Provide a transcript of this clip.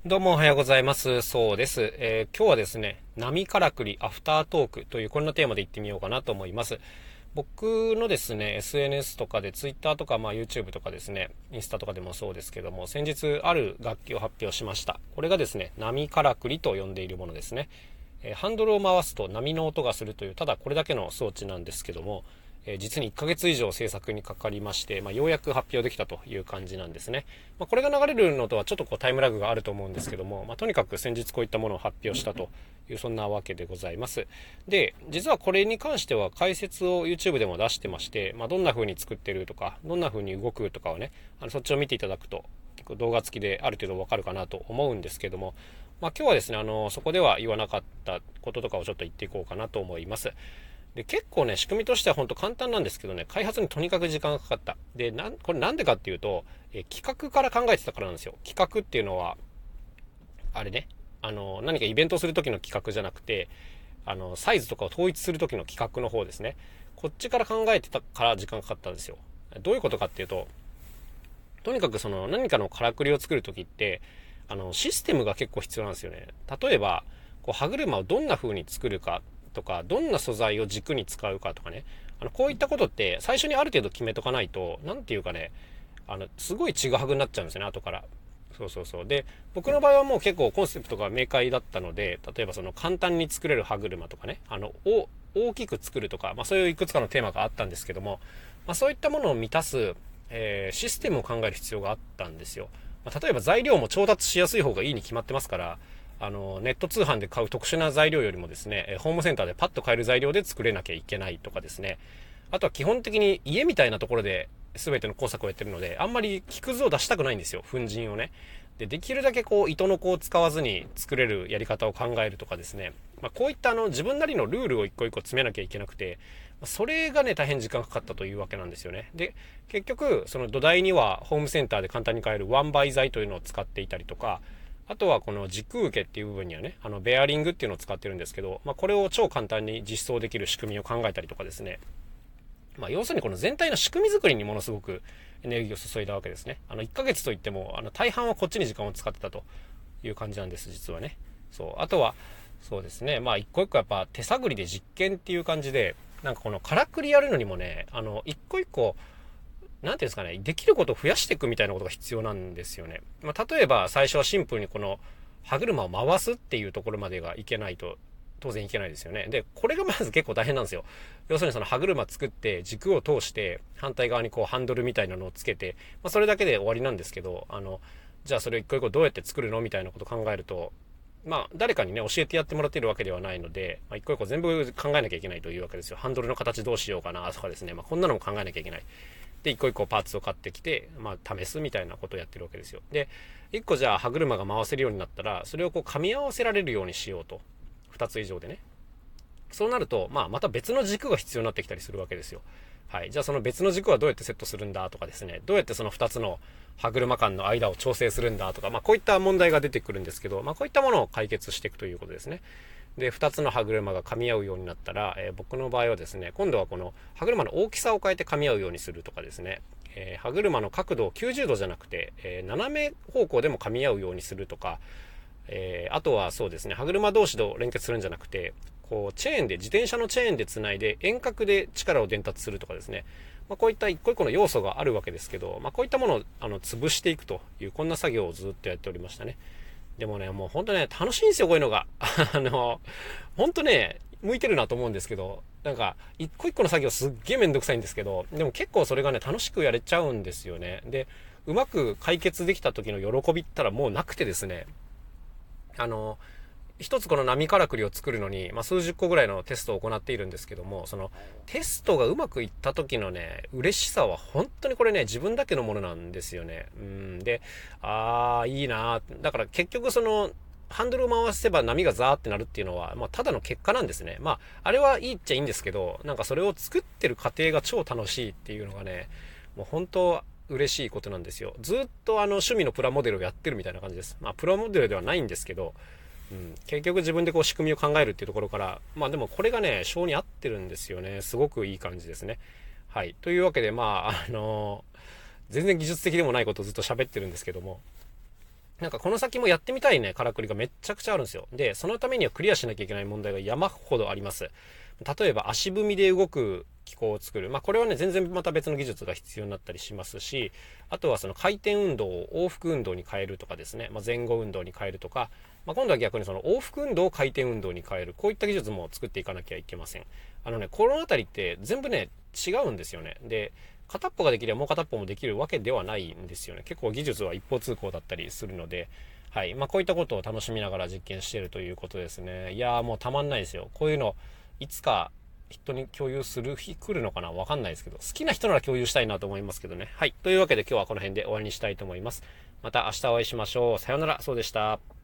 どうもおはようございます。そうです。今日はですね、波からくりアフタートークというこんなテーマでいってみようかなと思います。僕のですね、SNS とかで Twitter とか、YouTube とかですね、インスタとかでもそうですけども、先日ある楽器を発表しました。これがですね、波からくりと呼んでいるものですね。ハンドルを回すと波の音がするという、ただこれだけの装置なんですけども、実に1ヶ月以上制作にかかりまして、ようやく発表できたという感じなんですね。これが流れるのとはちょっとタイムラグがあると思うんですけども、とにかく先日こういったものを発表したというそんなわけでございます。で、実はこれに関しては解説を YouTube でも出してまして、どんな風に作ってるとか、どんな風に動くとかをね、そっちを見ていただくと動画付きである程度わかるかなと思うんですけども、今日はですね、そこでは言わなかったこととかをちょっと言っていこうかなと思います。で、結構ね、仕組みとしては本当簡単なんですけどね、開発にとにかく時間がかかった。で、これなんでかっていうと、企画から考えてたからなんですよ。企画っていうのは、あれね、何かイベントをする時の企画じゃなくて、サイズとかを統一する時の企画の方ですね。こっちから考えてたから時間かかったんですよ。どういうことかっていうと、とにかくその何かのからくりを作る時って、システムが結構必要なんですよね。例えば、歯車をどんな風に作るかとか、どんな素材を軸に使うかとかね。こういったことって最初にある程度決めとかないと、なんていうかね、すごいちぐはぐになっちゃうんですよね、後から。そうそうそう。で、僕の場合はもう結構コンセプトが明快だったので、例えばその簡単に作れる歯車とかね、大きく作るとか、そういういくつかのテーマがあったんですけども、そういったものを満たす、システムを考える必要があったんですよ。例えば材料も調達しやすい方がいいに決まってますから、ネット通販で買う特殊な材料よりもですね、ホームセンターでパッと買える材料で作れなきゃいけないとかですね。あとは基本的に家みたいなところで全ての工作をやってるので、あんまり木くずを出したくないんですよ、粉塵をね。できるだけ糸の子を使わずに作れるやり方を考えるとかですね。こういった自分なりのルールを一個一個詰めなきゃいけなくて、それがね、大変時間かかったというわけなんですよね。で、結局、その土台にはホームセンターで簡単に買えるワンバイ材というのを使っていたりとか、あとはこの軸受けっていう部分にはね、ベアリングっていうのを使ってるんですけど、これを超簡単に実装できる仕組みを考えたりとかですね。要するにこの全体の仕組み作りにものすごくエネルギーを注いだわけですね。1ヶ月といっても、大半はこっちに時間を使ってたという感じなんです、実はね。そう。あとは、そうですね。一個一個やっぱ手探りで実験っていう感じで、なんかこのからくりやるのにもね、一個一個、なんていうんですかね、できることを増やしていくみたいなことが必要なんですよね。例えば最初はシンプルにこの歯車を回すっていうところまでがいけないと当然いけないですよね。で、これがまず結構大変なんですよ。要するにその歯車作って軸を通して反対側にハンドルみたいなのをつけて、それだけで終わりなんですけど、じゃあそれ一個一個どうやって作るのみたいなことを考えると、誰かにね、教えてやってもらっているわけではないので、一個一個全部考えなきゃいけないというわけですよ。ハンドルの形どうしようかなとかですね。こんなのも考えなきゃいけない。で、一個一個パーツを買ってきて、試すみたいなことをやってるわけですよ。で、一個じゃあ歯車が回せるようになったら、それを噛み合わせられるようにしようと。二つ以上でね。そうなると、また別の軸が必要になってきたりするわけですよ。はい。じゃあその別の軸はどうやってセットするんだとかですね、どうやってその2つの歯車間の間を調整するんだとか、こういった問題が出てくるんですけど、こういったものを解決していくということですね。で、2つの歯車が噛み合うようになったら、僕の場合はですね、今度はこの歯車の大きさを変えて噛み合うようにするとかですね、歯車の角度を90度じゃなくて、斜め方向でも噛み合うようにするとか、あとはそうですね、歯車同士で連結するんじゃなくて、チェーンで、自転車のチェーンでつないで遠隔で力を伝達するとかですね。こういった一個一個の要素があるわけですけど、こういったものを潰していくという、こんな作業をずっとやっておりましたね。でもね、もう本当ね、楽しいんですよ、こういうのが。本当ね、向いてるなと思うんですけど、なんか、一個一個の作業すっげえめんどくさいんですけど、でも結構それがね、楽しくやれちゃうんですよね。で、うまく解決できた時の喜びったらもうなくてですね、一つこの波からくりを作るのに、数十個ぐらいのテストを行っているんですけども、そのテストがうまくいった時のね、嬉しさは本当にこれね、自分だけのものなんですよね。で、いいなだから結局その、ハンドルを回せば波がザーってなるっていうのは、ただの結果なんですね。あれはいいっちゃいいんですけど、なんかそれを作ってる過程が超楽しいっていうのがね、もう本当嬉しいことなんですよ。ずっと趣味のプラモデルをやってるみたいな感じです。プラモデルではないんですけど、結局自分で仕組みを考えるっていうところから、でもこれがね、性に合ってるんですよね。すごくいい感じですね。はい。というわけで、全然技術的でもないことをずっと喋ってるんですけども、 なんかこの先もやってみたいね、からくりがめっちゃくちゃあるんですよ。で、そのためにはクリアしなきゃいけない問題が山ほどあります。例えば足踏みで動く機構を作る。これはね、全然また別の技術が必要になったりしますし、あとはその回転運動を往復運動に変えるとかですね、前後運動に変えるとか、今度は逆にその往復運動を回転運動に変える。こういった技術も作っていかなきゃいけません。このあたりって全部ね、違うんですよね。で、片っぽができればもう片っぽもできるわけではないんですよね。結構技術は一方通行だったりするので、はい。こういったことを楽しみながら実験しているということですね。いやーもうたまんないですよ。こういうの、いつか人に共有する日来るのかなわかんないですけど、好きな人なら共有したいなと思いますけどね。はい。というわけで今日はこの辺で終わりにしたいと思います。また明日お会いしましょう。さようなら。そうでした。